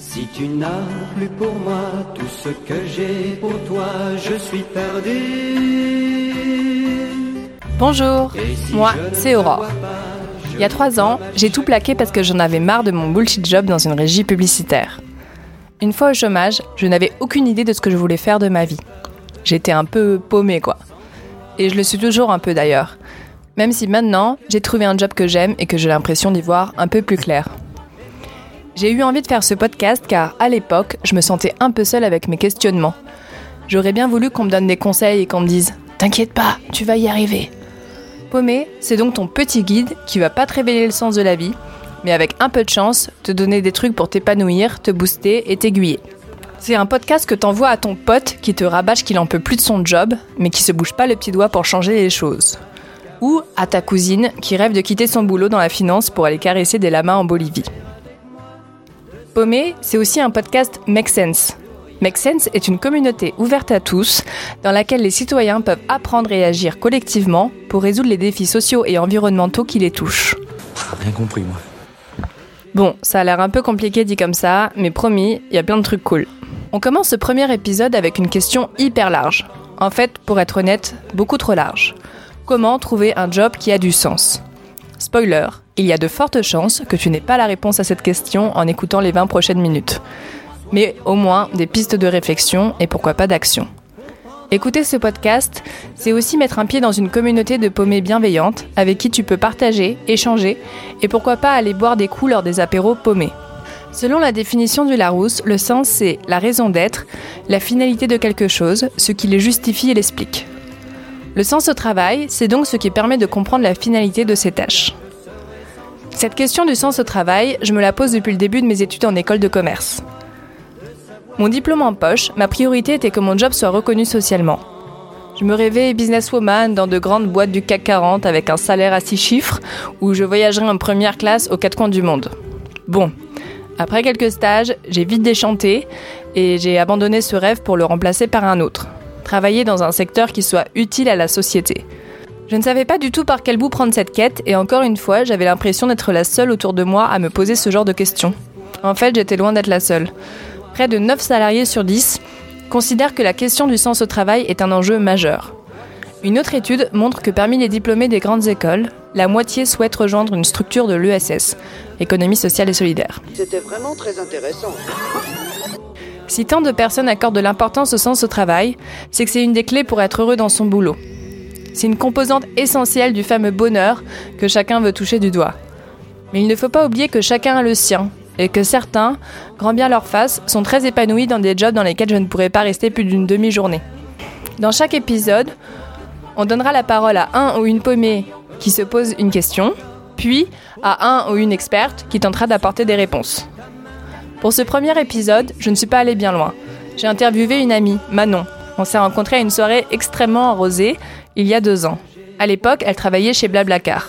Si tu n'as plus pour moi tout ce que j'ai pour toi, je suis perdu. Bonjour, moi c'est Aurore. Il y a 3 ans, j'ai tout plaqué parce que j'en avais marre de mon bullshit job dans une régie publicitaire. Une fois au chômage, je n'avais aucune idée de ce que je voulais faire de ma vie. J'étais un peu paumée quoi. Et je le suis toujours un peu d'ailleurs. Même si maintenant, j'ai trouvé un job que j'aime et que j'ai l'impression d'y voir un peu plus clair. J'ai eu envie de faire ce podcast car, à l'époque, je me sentais un peu seule avec mes questionnements. J'aurais bien voulu qu'on me donne des conseils et qu'on me dise « T'inquiète pas, tu vas y arriver ». Paumé, c'est donc ton petit guide qui va pas te révéler le sens de la vie, mais avec un peu de chance, te donner des trucs pour t'épanouir, te booster et t'aiguiller. C'est un podcast que t'envoies à ton pote qui te rabâche qu'il en peut plus de son job, mais qui se bouge pas le petit doigt pour changer les choses. Ou à ta cousine qui rêve de quitter son boulot dans la finance pour aller caresser des lamas en Bolivie. Paumé, c'est aussi un podcast Make Sense. Make Sense est une communauté ouverte à tous, dans laquelle les citoyens peuvent apprendre et agir collectivement pour résoudre les défis sociaux et environnementaux qui les touchent. Rien compris, moi. Bon, ça a l'air un peu compliqué dit comme ça, mais promis, il y a plein de trucs cool. On commence ce premier épisode avec une question hyper large. En fait, pour être honnête, beaucoup trop large. Comment trouver un job qui a du sens ? Spoiler, il y a de fortes chances que tu n'aies pas la réponse à cette question en écoutant les 20 prochaines minutes. Mais au moins des pistes de réflexion et pourquoi pas d'action. Écouter ce podcast, c'est aussi mettre un pied dans une communauté de paumés bienveillantes avec qui tu peux partager, échanger et pourquoi pas aller boire des coups lors des apéros paumés. Selon la définition du Larousse, le sens c'est la raison d'être, la finalité de quelque chose, ce qui le justifie et l'explique. Le sens au travail, c'est donc ce qui permet de comprendre la finalité de ses tâches. Cette question du sens au travail, je me la pose depuis le début de mes études en école de commerce. Mon diplôme en poche, ma priorité était que mon job soit reconnu socialement. Je me rêvais businesswoman dans de grandes boîtes du CAC 40 avec un salaire à 6 chiffres où je voyagerais en première classe aux 4 coins du monde. Bon, après quelques stages, j'ai vite déchanté et j'ai abandonné ce rêve pour le remplacer par un autre. Travailler dans un secteur qui soit utile à la société. Je ne savais pas du tout par quel bout prendre cette quête et encore une fois, j'avais l'impression d'être la seule autour de moi à me poser ce genre de questions. En fait, j'étais loin d'être la seule. Près de 9 salariés sur 10 considèrent que la question du sens au travail est un enjeu majeur. Une autre étude montre que parmi les diplômés des grandes écoles, la moitié souhaite rejoindre une structure de l'ESS, Économie sociale et solidaire. C'était vraiment très intéressant. Si tant de personnes accordent de l'importance au sens au travail, c'est que c'est une des clés pour être heureux dans son boulot. C'est une composante essentielle du fameux bonheur que chacun veut toucher du doigt. Mais il ne faut pas oublier que chacun a le sien, et que certains, grand bien leur face, sont très épanouis dans des jobs dans lesquels je ne pourrais pas rester plus d'une demi-journée. Dans chaque épisode, on donnera la parole à un ou une paumée qui se pose une question, puis à un ou une experte qui tentera d'apporter des réponses. Pour ce premier épisode, je ne suis pas allée bien loin. J'ai interviewé une amie, Manon. On s'est rencontrés à une soirée extrêmement arrosée, il y a 2 ans. À l'époque, elle travaillait chez Blablacar.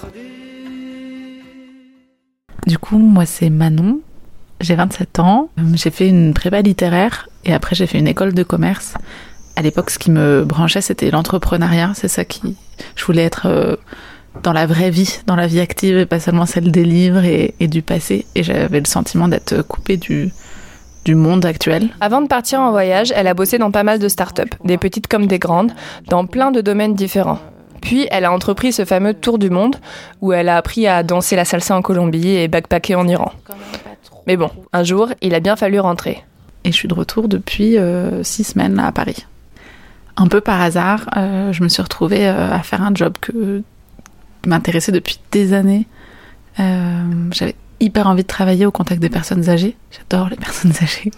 Du coup, moi c'est Manon, j'ai 27 ans, j'ai fait une prépa littéraire et après j'ai fait une école de commerce. À l'époque, ce qui me branchait, c'était l'entrepreneuriat, c'est ça qui... Je voulais être dans la vraie vie, dans la vie active et pas seulement celle des livres et du passé. Et j'avais le sentiment d'être coupée du monde actuel. Avant de partir en voyage, elle a bossé dans pas mal de startups, des petites comme des grandes, dans plein de domaines différents. Puis, elle a entrepris ce fameux tour du monde, où elle a appris à danser la salsa en Colombie et backpacker en Iran. Mais bon, un jour, il a bien fallu rentrer. Et je suis de retour depuis 6 semaines là, à Paris. Un peu par hasard, je me suis retrouvée à faire un job qui m'intéressait depuis des années. J'avais hyper envie de travailler au contact des personnes âgées. J'adore les personnes âgées.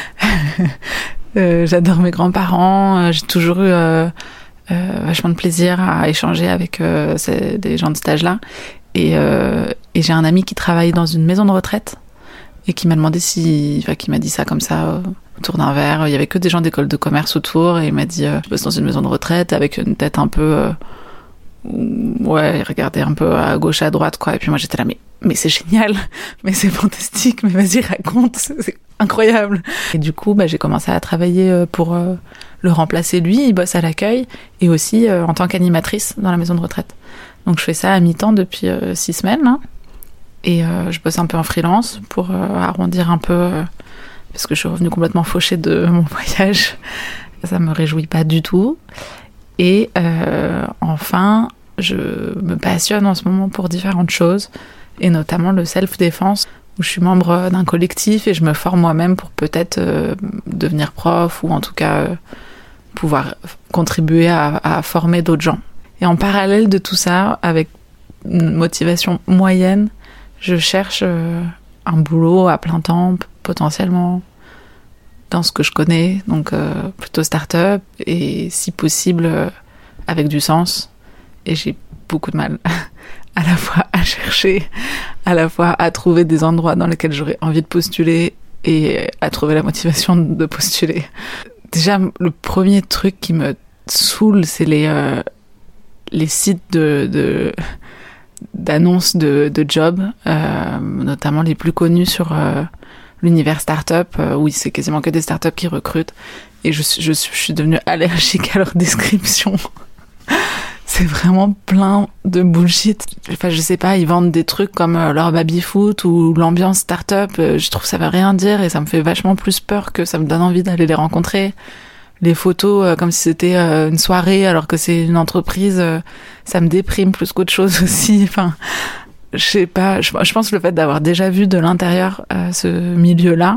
J'adore mes grands-parents. J'ai toujours eu vachement de plaisir à échanger avec des gens de cet âge-là. Et j'ai un ami qui travaille dans une maison de retraite et qui m'a demandé qui m'a dit ça comme ça autour d'un verre. Il y avait que des gens d'école de commerce autour et il m'a dit je bosse dans une maison de retraite avec une tête un peu regarder un peu à gauche à droite quoi. Et puis moi j'étais là mais c'est génial, mais c'est fantastique, mais vas-y raconte, c'est incroyable. Et du coup j'ai commencé à travailler pour le remplacer lui. Il bosse à l'accueil et aussi en tant qu'animatrice dans la maison de retraite. Donc je fais ça à mi-temps depuis 6 semaines là. Et je bosse un peu en freelance pour arrondir un peu parce que je suis revenue complètement fauchée de mon voyage. Ça me réjouit pas du tout. Et enfin, je me passionne en ce moment pour différentes choses, et notamment le self-défense, où je suis membre d'un collectif et je me forme moi-même pour peut-être devenir prof, ou en tout cas pouvoir contribuer à former d'autres gens. Et en parallèle de tout ça, avec une motivation moyenne, je cherche un boulot à plein temps, potentiellement dans ce que je connais, donc plutôt start-up, et si possible avec du sens. Et j'ai beaucoup de mal à la fois à chercher, à la fois à trouver des endroits dans lesquels j'aurais envie de postuler et à trouver la motivation de postuler. Déjà, le premier truc qui me saoule, c'est les sites d'annonces de jobs, notamment les plus connus sur l'univers start-up, où c'est quasiment que des start-up qui recrutent. Et je suis devenue allergique à leur description. C'est vraiment plein de bullshit. Enfin, je sais pas, ils vendent des trucs comme leur baby-foot ou l'ambiance start-up. Je trouve que ça veut rien dire et ça me fait vachement plus peur que ça me donne envie d'aller les rencontrer. Les photos, comme si c'était une soirée alors que c'est une entreprise, ça me déprime plus qu'autre chose aussi. Enfin, je sais pas, je pense que le fait d'avoir déjà vu de l'intérieur ce milieu-là,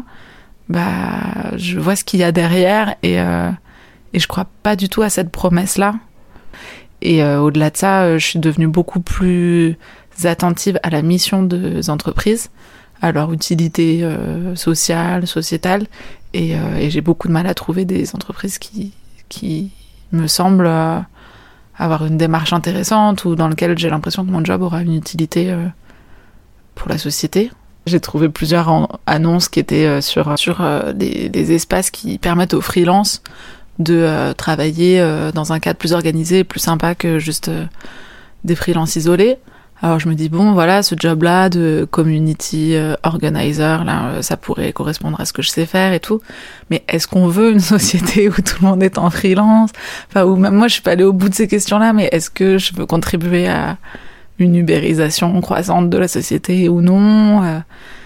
je vois ce qu'il y a derrière et je crois pas du tout à cette promesse-là. Et au-delà de ça, je suis devenue beaucoup plus attentive à la mission des entreprises, à leur utilité sociale, sociétale, et j'ai beaucoup de mal à trouver des entreprises qui me semblent avoir une démarche intéressante ou dans lesquelles j'ai l'impression que mon job aura une utilité pour la société. J'ai trouvé plusieurs annonces qui étaient sur des espaces qui permettent aux freelances de travailler dans un cadre plus organisé, plus sympa que juste des freelances isolés. Alors je me dis, bon voilà, ce job-là de community organizer, là, ça pourrait correspondre à ce que je sais faire et tout. Mais est-ce qu'on veut une société où tout le monde est en freelance? Enfin, ou même moi, je suis pas allée au bout de ces questions-là, mais est-ce que je veux contribuer à une ubérisation croissante de la société ou non?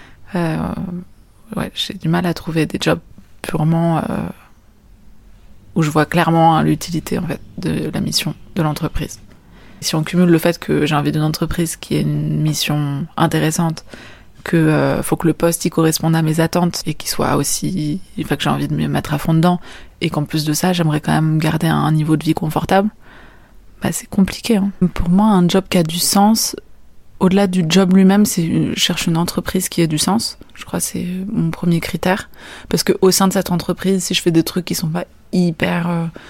Ouais, j'ai du mal à trouver des jobs purement où je vois clairement l'utilité en fait de la mission de l'entreprise. Si on cumule le fait que j'ai envie d'une entreprise qui ait une mission intéressante, que faut que le poste y corresponde à mes attentes et qu'il soit aussi, enfin que j'ai envie de me mettre à fond dedans, et qu'en plus de ça j'aimerais quand même garder un niveau de vie confortable, c'est compliqué. Hein. Pour moi, un job qui a du sens, au-delà du job lui-même, je cherche une entreprise qui ait du sens. Je crois que c'est mon premier critère, parce que au sein de cette entreprise, si je fais des trucs qui sont pas hyper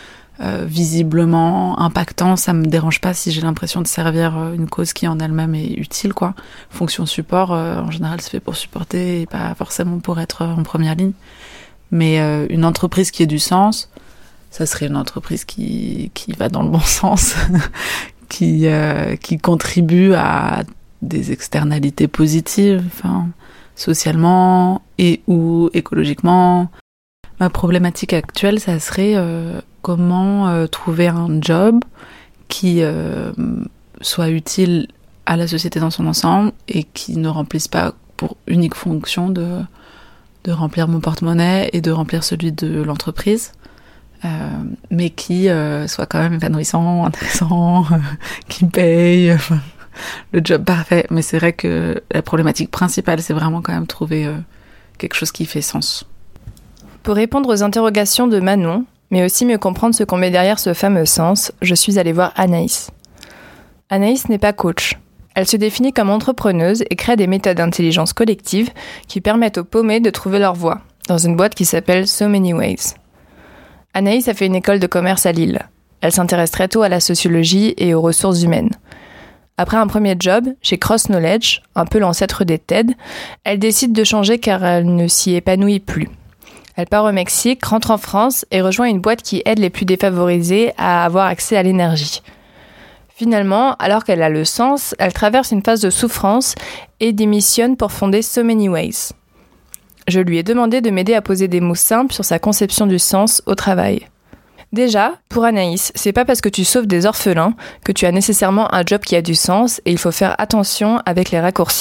visiblement impactants, ça me dérange pas si j'ai l'impression de servir une cause qui en elle-même est utile, quoi. Fonction support, en général, c'est fait pour supporter et pas forcément pour être en première ligne. Mais une entreprise qui ait du sens, ça serait une entreprise qui va dans le bon sens, qui contribue à des externalités positives, enfin, socialement et ou écologiquement. Ma problématique actuelle, ça serait comment trouver un job qui soit utile à la société dans son ensemble et qui ne remplisse pas pour unique fonction de remplir mon porte-monnaie et de remplir celui de l'entreprise, mais qui soit quand même épanouissant, intéressant, qui paye, le job parfait. Mais c'est vrai que la problématique principale, c'est vraiment quand même trouver quelque chose qui fait sens. Pour répondre aux interrogations de Manon, mais aussi mieux comprendre ce qu'on met derrière ce fameux sens, je suis allée voir Anaïs. Anaïs n'est pas coach. Elle se définit comme entrepreneuse et crée des méthodes d'intelligence collective qui permettent aux paumés de trouver leur voie, dans une boîte qui s'appelle So Many Ways. Anaïs a fait une école de commerce à Lille. Elle s'intéresse très tôt à la sociologie et aux ressources humaines. Après un premier job, chez Cross Knowledge, un peu l'ancêtre des TED, elle décide de changer car elle ne s'y épanouit plus. Elle part au Mexique, rentre en France et rejoint une boîte qui aide les plus défavorisés à avoir accès à l'énergie. Finalement, alors qu'elle a le sens, elle traverse une phase de souffrance et démissionne pour fonder So Many Ways. Je lui ai demandé de m'aider à poser des mots simples sur sa conception du sens au travail. Déjà, pour Anaïs, c'est pas parce que tu sauves des orphelins que tu as nécessairement un job qui a du sens et il faut faire attention avec les raccourcis.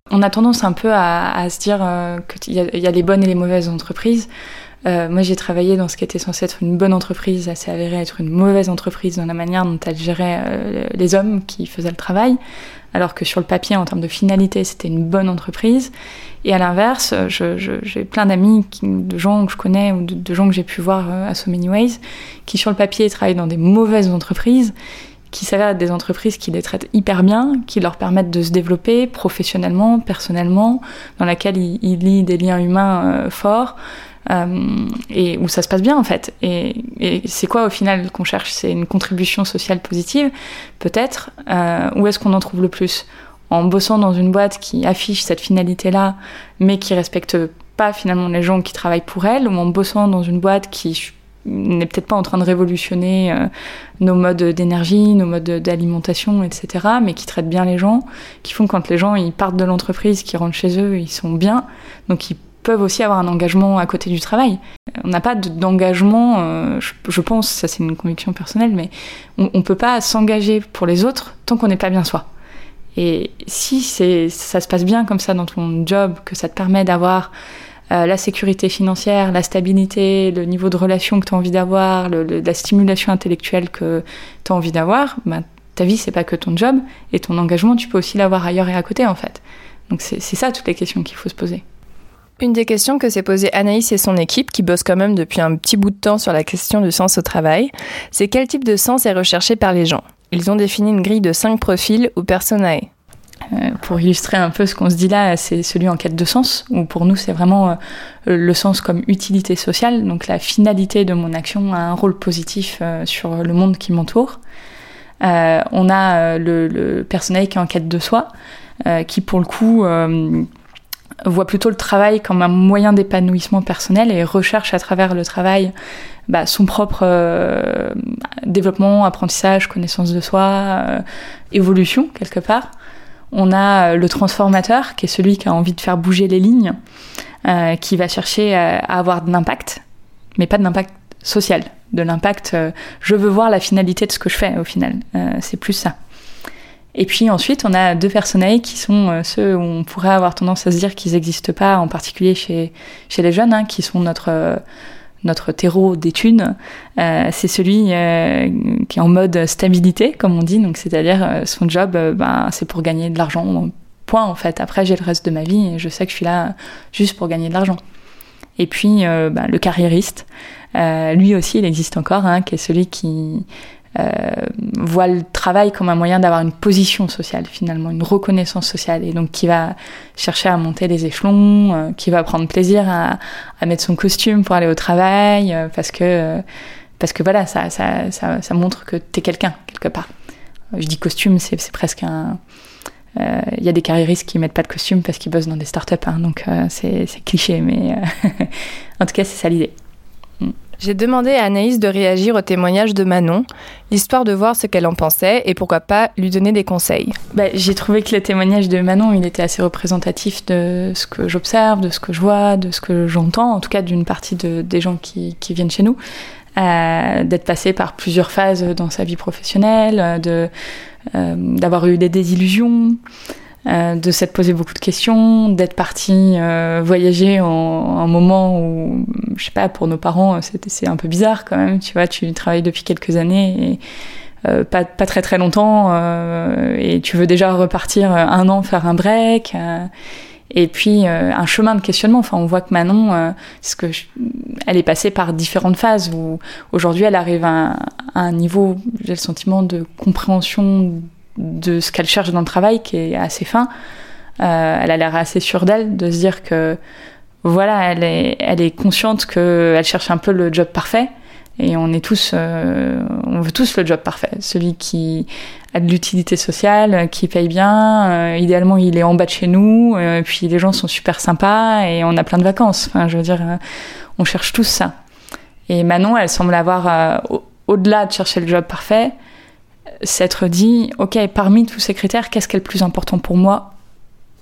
On a tendance un peu à se dire qu'il y a les bonnes et les mauvaises entreprises. Moi, j'ai travaillé dans ce qui était censé être une bonne entreprise, ça s'est avéré être une mauvaise entreprise dans la manière dont elle gérait les hommes qui faisaient le travail, alors que sur le papier, en termes de finalité, c'était une bonne entreprise. Et à l'inverse, j'ai plein d'amis, de gens que je connais ou de gens que j'ai pu voir à So Many Ways, qui sur le papier travaillent dans des mauvaises entreprises, qui s'avèrent être des entreprises qui les traitent hyper bien, qui leur permettent de se développer professionnellement, personnellement, dans laquelle ils lient des liens humains forts, et où ça se passe bien en fait. Et c'est quoi au final qu'on cherche ? C'est une contribution sociale positive, peut-être. Où est-ce qu'on en trouve le plus ? En bossant dans une boîte qui affiche cette finalité-là, mais qui respecte pas finalement les gens qui travaillent pour elle, ou en bossant dans une boîte qui n'est peut-être pas en train de révolutionner nos modes d'énergie, nos modes d'alimentation, etc., mais qui traite bien les gens, qui font que quand les gens ils partent de l'entreprise, qu'ils rentrent chez eux, ils sont bien, donc ils peuvent aussi avoir un engagement à côté du travail. On n'a pas d'engagement, je pense, ça c'est une conviction personnelle, mais on peut pas s'engager pour les autres tant qu'on n'est pas bien soi. Et si ça se passe bien comme ça dans ton job, que ça te permet d'avoir la sécurité financière, la stabilité, le niveau de relation que tu as envie d'avoir, la stimulation intellectuelle que tu as envie d'avoir, bah, ta vie, c'est pas que ton job, et ton engagement, tu peux aussi l'avoir ailleurs et à côté, en fait. Donc c'est ça, toutes les questions qu'il faut se poser. Une des questions que s'est posée Anaïs et son équipe, qui bossent quand même depuis un petit bout de temps sur la question du sens au travail, c'est quel type de sens est recherché par les gens. Ils ont défini une grille de 5 profils ou personae. Pour illustrer un peu ce qu'on se dit là, c'est celui en quête de sens, où pour nous c'est vraiment le sens comme utilité sociale, donc la finalité de mon action a un rôle positif sur le monde qui m'entoure. On a le personnage qui est en quête de soi, qui pour le coup voit plutôt le travail comme un moyen d'épanouissement personnel et recherche à travers le travail son propre développement, apprentissage, connaissance de soi, évolution quelque part. On a le transformateur, qui est celui qui a envie de faire bouger les lignes, qui va chercher à avoir de l'impact, mais pas de l'impact social, de l'impact, je veux voir la finalité de ce que je fais au final, c'est plus ça. Et puis ensuite, on a 2 personnages qui sont ceux où on pourrait avoir tendance à se dire qu'ils n'existent pas, en particulier chez les jeunes, qui sont notre terreau d'études. C'est celui qui est en mode stabilité, comme on dit, donc c'est-à-dire son job, c'est pour gagner de l'argent, point en fait. Après, j'ai le reste de ma vie et je sais que je suis là juste pour gagner de l'argent. Et puis, le carriériste, lui aussi, il existe encore, qui est celui qui voit le travail comme un moyen d'avoir une position sociale, finalement, une reconnaissance sociale, et donc qui va chercher à monter les échelons, qui va prendre plaisir à mettre son costume pour aller au travail, parce que voilà, ça montre que t'es quelqu'un, quelque part. Je dis costume, c'est presque un... Il y a des carriéristes qui mettent pas de costume parce qu'ils bossent dans des startups, donc c'est cliché, mais en tout cas, c'est ça l'idée. J'ai demandé à Anaïs de réagir au témoignage de Manon, histoire de voir ce qu'elle en pensait et pourquoi pas lui donner des conseils. J'ai trouvé que le témoignage de Manon, il était assez représentatif de ce que j'observe, de ce que je vois, de ce que j'entends, en tout cas d'une partie des gens qui viennent chez nous, d'être passé par plusieurs phases dans sa vie professionnelle, d'avoir eu des désillusions, de s'être posé beaucoup de questions, d'être parti voyager en un moment où, je sais pas, pour nos parents, c'est un peu bizarre quand même, tu vois, tu travailles depuis quelques années et pas très très longtemps, et tu veux déjà repartir 1 an faire un break, et puis un chemin de questionnement. Enfin, on voit que Manon, elle est passée par différentes phases où aujourd'hui elle arrive à un niveau, j'ai le sentiment, de compréhension de ce qu'elle cherche dans le travail qui est assez fin. Elle a l'air assez sûre d'elle, de se dire que voilà, elle est consciente qu'elle cherche un peu le job parfait, et on veut tous le job parfait, celui qui a de l'utilité sociale, qui paye bien, idéalement il est en bas de chez nous, puis les gens sont super sympas et on a plein de vacances. Enfin, je veux dire, on cherche tous ça. Et Manon, elle semble avoir, au-delà de chercher le job parfait, s'être dit, ok, parmi tous ces critères, qu'est-ce qui est le plus important pour moi aujourd'hui ?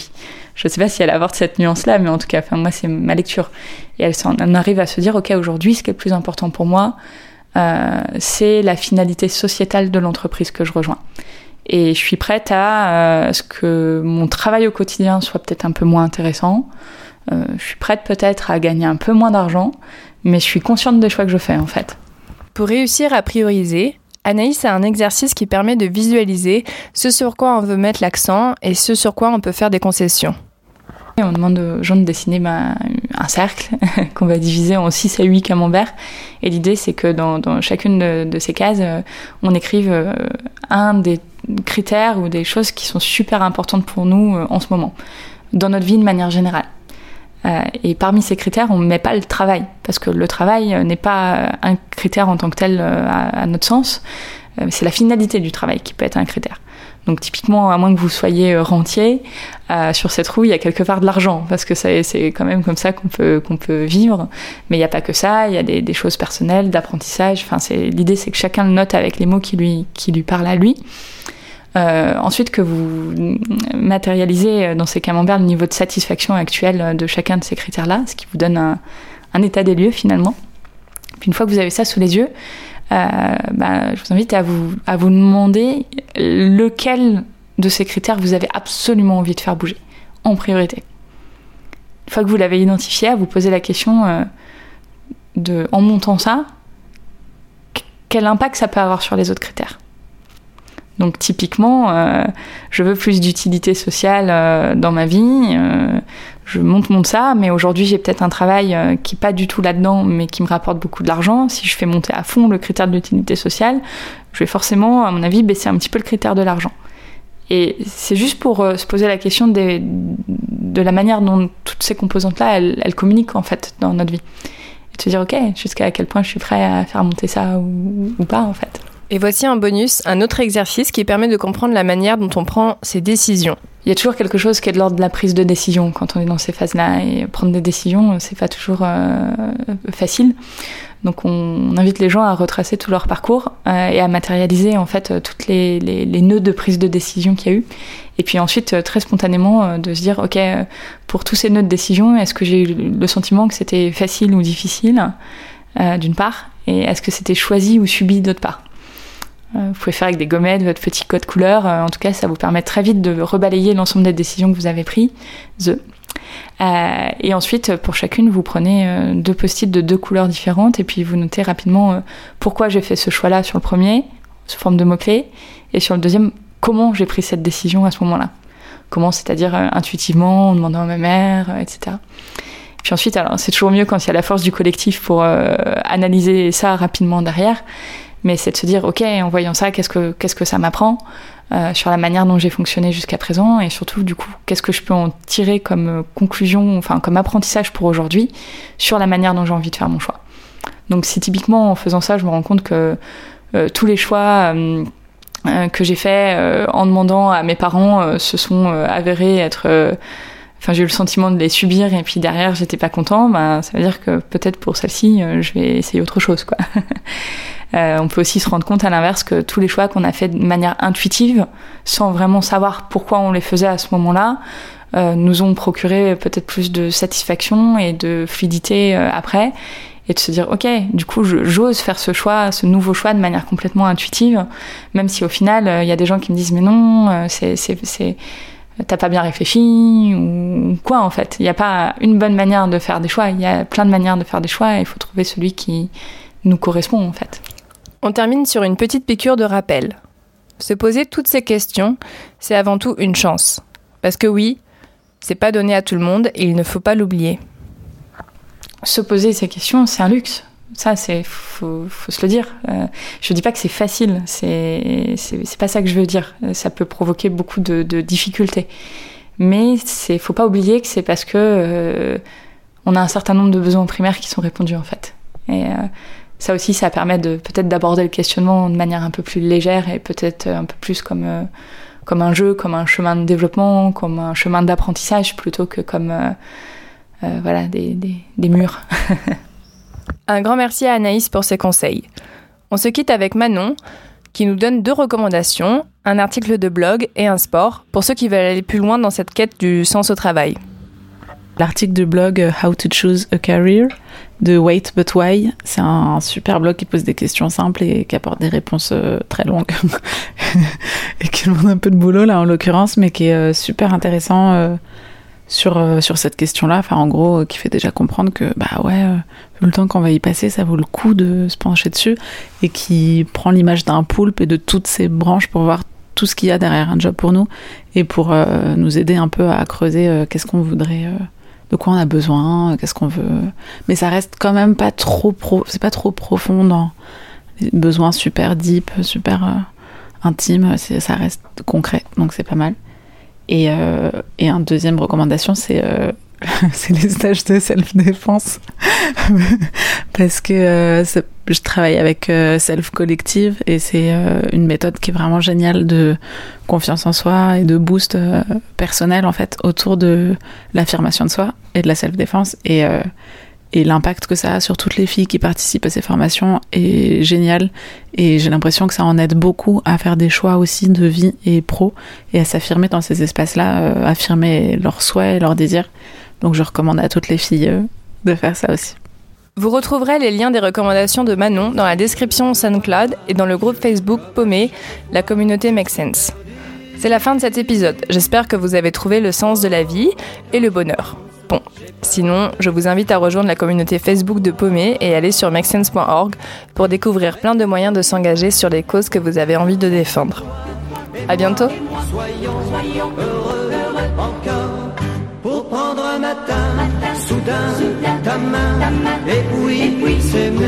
Je ne sais pas si elle apporte cette nuance-là, mais en tout cas, moi, c'est ma lecture. Et elle arrive à se dire, ok, aujourd'hui, ce qui est le plus important pour moi, c'est la finalité sociétale de l'entreprise que je rejoins. Et je suis prête à ce que mon travail au quotidien soit peut-être un peu moins intéressant. Je suis prête peut-être à gagner un peu moins d'argent, mais je suis consciente des choix que je fais en fait. Pour réussir à prioriser, Anaïs a un exercice qui permet de visualiser ce sur quoi on veut mettre l'accent et ce sur quoi on peut faire des concessions. On demande aux gens de dessiner un cercle qu'on va diviser en 6 à 8 camemberts. Et l'idée, c'est que dans chacune de ces cases, on écrive un des critères ou des choses qui sont super importantes pour nous en ce moment, dans notre vie de manière générale. Et parmi ces critères, on ne met pas le travail, parce que le travail n'est pas un critère en tant que tel à notre sens. C'est la finalité du travail qui peut être un critère. Donc typiquement, à moins que vous soyez rentier, sur cette roue, il y a quelque part de l'argent, parce que c'est quand même comme ça qu'on peut vivre. Mais il n'y a pas que ça, il y a des choses personnelles, d'apprentissage. Enfin, l'idée, c'est que chacun le note avec les mots qui lui parlent à lui. Ensuite, que vous matérialisez dans ces camemberts le niveau de satisfaction actuel de chacun de ces critères-là, ce qui vous donne un état des lieux finalement. Puis une fois que vous avez ça sous les yeux, je vous invite à vous demander lequel de ces critères vous avez absolument envie de faire bouger, en priorité. Une fois que vous l'avez identifié, à vous poser la question en montant ça, quel impact ça peut avoir sur les autres critères. Donc typiquement, je veux plus d'utilité sociale dans ma vie, je monte ça, mais aujourd'hui j'ai peut-être un travail qui n'est pas du tout là-dedans, mais qui me rapporte beaucoup de l'argent. Si je fais monter à fond le critère de l'utilité sociale, je vais forcément, à mon avis, baisser un petit peu le critère de l'argent. Et c'est juste pour se poser la question de la manière dont toutes ces composantes-là, elles communiquent en fait dans notre vie. Et de se dire, ok, jusqu'à quel point je suis prêt à faire monter ça ou pas en fait. Et voici un bonus, un autre exercice qui permet de comprendre la manière dont on prend ses décisions. Il y a toujours quelque chose qui est de l'ordre de la prise de décision quand on est dans ces phases-là. Et prendre des décisions, c'est pas toujours facile. Donc on invite les gens à retracer tout leur parcours et à matérialiser en fait toutes les nœuds de prise de décision qu'il y a eu. Et puis ensuite, très spontanément, de se dire, ok, pour tous ces nœuds de décision, est-ce que j'ai eu le sentiment que c'était facile ou difficile, d'une part, et est-ce que c'était choisi ou subi d'autre part. Vous pouvez faire avec des gommettes, votre petit code couleur. En tout cas, ça vous permet très vite de rebalayer l'ensemble des décisions que vous avez prises. Et ensuite, pour chacune, vous prenez 2 post-it de 2 couleurs différentes et puis vous notez rapidement pourquoi j'ai fait ce choix-là sur le premier, sous forme de mots-clés, et sur le deuxième, comment j'ai pris cette décision à ce moment-là. Comment, c'est-à-dire intuitivement, en demandant à ma mère, etc. Puis ensuite, alors c'est toujours mieux quand il y a la force du collectif pour analyser ça rapidement derrière. Mais c'est de se dire, ok, en voyant ça, qu'est-ce que ça m'apprend sur la manière dont j'ai fonctionné jusqu'à présent, et surtout, du coup, qu'est-ce que je peux en tirer comme conclusion, enfin comme apprentissage pour aujourd'hui, sur la manière dont j'ai envie de faire mon choix. Donc si typiquement, en faisant ça, je me rends compte que tous les choix que j'ai faits en demandant à mes parents se sont avérés être... j'ai eu le sentiment de les subir, et puis derrière, j'étais pas content, ça veut dire que peut-être pour celle-ci, je vais essayer autre chose, quoi. On peut aussi se rendre compte à l'inverse que tous les choix qu'on a fait de manière intuitive, sans vraiment savoir pourquoi on les faisait à ce moment-là, nous ont procuré peut-être plus de satisfaction et de fluidité après, et de se dire ok, du coup j'ose faire ce nouveau choix de manière complètement intuitive, même si au final il y a des gens qui me disent mais non, t'as pas bien réfléchi ou quoi en fait. Il n'y a pas une bonne manière de faire des choix, il y a plein de manières de faire des choix et il faut trouver celui qui nous correspond en fait. On termine sur une petite piqûre de rappel. Se poser toutes ces questions, c'est avant tout une chance. Parce que oui, c'est pas donné à tout le monde et il ne faut pas l'oublier. Se poser ces questions, c'est un luxe. Ça, faut se le dire. Je dis pas que c'est facile, c'est pas ça que je veux dire. Ça peut provoquer beaucoup de difficultés. Mais faut pas oublier que c'est parce que on a un certain nombre de besoins primaires qui sont répondus en fait. Et ça aussi, ça permet peut-être d'aborder le questionnement de manière un peu plus légère et peut-être un peu plus comme un jeu, comme un chemin de développement, comme un chemin d'apprentissage plutôt que comme des murs. Un grand merci à Anaïs pour ses conseils. On se quitte avec Manon, qui nous donne 2 recommandations, un article de blog et un sport, pour ceux qui veulent aller plus loin dans cette quête du sens au travail. l'article du blog How to Choose a Career de Wait But Why. C'est un super blog qui pose des questions simples et qui apporte des réponses très longues et qui demande un peu de boulot là en l'occurrence, mais qui est super intéressant sur cette question-là. Enfin, en gros, qui fait déjà comprendre que vu le temps qu'on va y passer, ça vaut le coup de se pencher dessus, et qui prend l'image d'un poulpe et de toutes ses branches pour voir tout ce qu'il y a derrière un job pour nous et pour nous aider un peu à creuser qu'est-ce qu'on voudrait, de quoi on a besoin, qu'est-ce qu'on veut. Mais ça reste quand même pas trop c'est pas trop profond dans les besoins super deep, super intimes. Ça reste concret, donc c'est pas mal. Et une deuxième recommandation, c'est les stages de self-défense parce que je travaille avec Self Collective et c'est une méthode qui est vraiment géniale de confiance en soi et de boost personnel en fait autour de l'affirmation de soi et de la self-défense, et l'impact que ça a sur toutes les filles qui participent à ces formations est génial, et j'ai l'impression que ça en aide beaucoup à faire des choix aussi de vie et pro et à s'affirmer dans ces espaces-là, affirmer leurs souhaits et leurs désirs. Donc je recommande à toutes les filles de faire ça aussi. Vous retrouverez les liens des recommandations de Manon dans la description SoundCloud et dans le groupe Facebook Paumé, la communauté Make Sense. C'est la fin de cet épisode. J'espère que vous avez trouvé le sens de la vie et le bonheur. Bon, sinon, je vous invite à rejoindre la communauté Facebook de Paumé et aller sur makesense.org pour découvrir plein de moyens de s'engager sur les causes que vous avez envie de défendre. À bientôt. Soyons heureux encore pour prendre un matin soudain ta main et puis s'aimer.